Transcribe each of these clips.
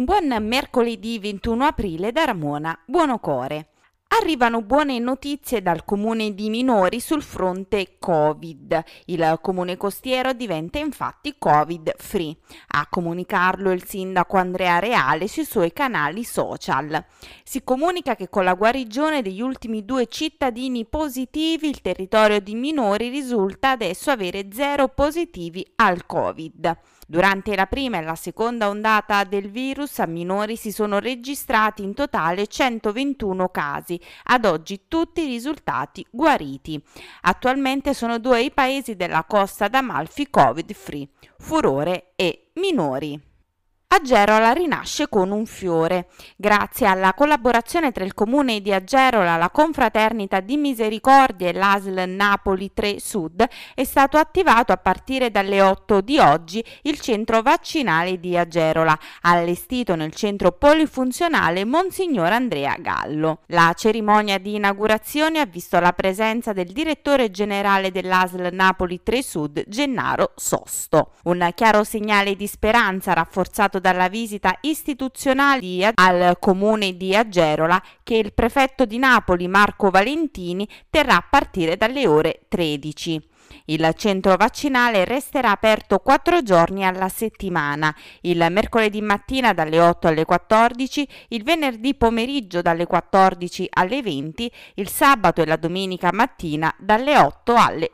Un buon mercoledì 21 aprile da Ramona Buonocore. Arrivano buone notizie dal comune di Minori sul fronte Covid. Il comune costiero diventa infatti Covid-free. A comunicarlo il sindaco Andrea Reale sui suoi canali social. Si comunica che con la guarigione degli ultimi 2 cittadini positivi il territorio di Minori risulta adesso avere 0 positivi al Covid. Durante la prima e la seconda ondata del virus a Minori si sono registrati in totale 121 casi, ad oggi tutti risultati guariti. Attualmente sono 2 i paesi della Costa d'Amalfi Covid-free, Furore e Minori. Agerola rinasce con un fiore. Grazie alla collaborazione tra il comune di Agerola, la Confraternita di Misericordia e l'ASL Napoli 3 Sud è stato attivato a partire dalle 8 di oggi il centro vaccinale di Agerola, allestito nel centro polifunzionale Monsignor Andrea Gallo. La cerimonia di inaugurazione ha visto la presenza del direttore generale dell'ASL Napoli 3 Sud, Gennaro Sosto. Un chiaro segnale di speranza rafforzato dalla visita istituzionale al comune di Agerola che il prefetto di Napoli Marco Valentini terrà a partire dalle ore 13. Il centro vaccinale resterà aperto 4 giorni alla settimana, il mercoledì mattina dalle 8 alle 14, il venerdì pomeriggio dalle 14 alle 20, il sabato e la domenica mattina dalle 8 alle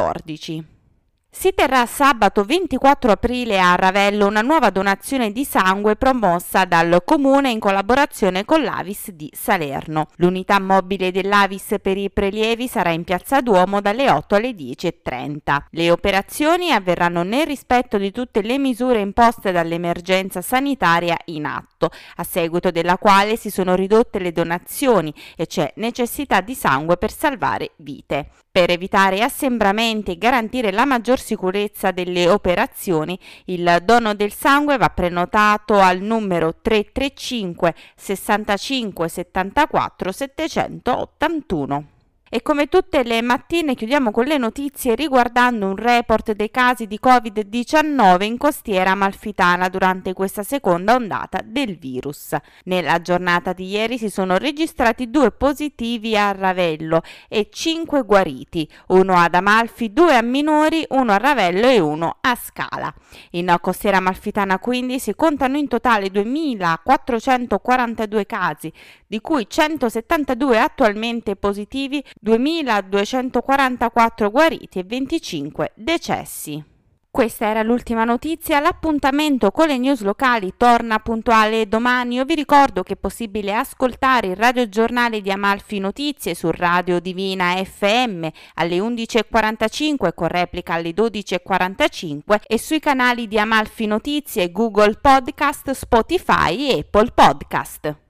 14. Si terrà sabato 24 aprile a Ravello una nuova donazione di sangue promossa dal Comune in collaborazione con l'Avis di Salerno. L'unità mobile dell'Avis per i prelievi sarà in Piazza Duomo dalle 8 alle 10:30. Le operazioni avverranno nel rispetto di tutte le misure imposte dall'emergenza sanitaria in atto, a seguito della quale si sono ridotte le donazioni e c'è necessità di sangue per salvare vite. Per evitare assembramenti e garantire la maggior sicurezza delle operazioni, il dono del sangue va prenotato al numero 335 65 74 781. E come tutte le mattine chiudiamo con le notizie riguardando un report dei casi di Covid-19 in costiera amalfitana durante questa seconda ondata del virus. Nella giornata di ieri si sono registrati 2 positivi a Ravello e 5 guariti, 1 ad Amalfi, 2 a Minori, 1 a Ravello e 1 a Scala. In costiera amalfitana quindi si contano in totale 2.442 casi, di cui 172 attualmente positivi, 2.244 guariti e 25 decessi. Questa era l'ultima notizia, l'appuntamento con le news locali torna puntuale domani. Io vi ricordo che è possibile ascoltare il radiogiornale di Amalfi Notizie su Radio Divina FM alle 11:45 con replica alle 12:45 e sui canali di Amalfi Notizie, Google Podcast, Spotify e Apple Podcast.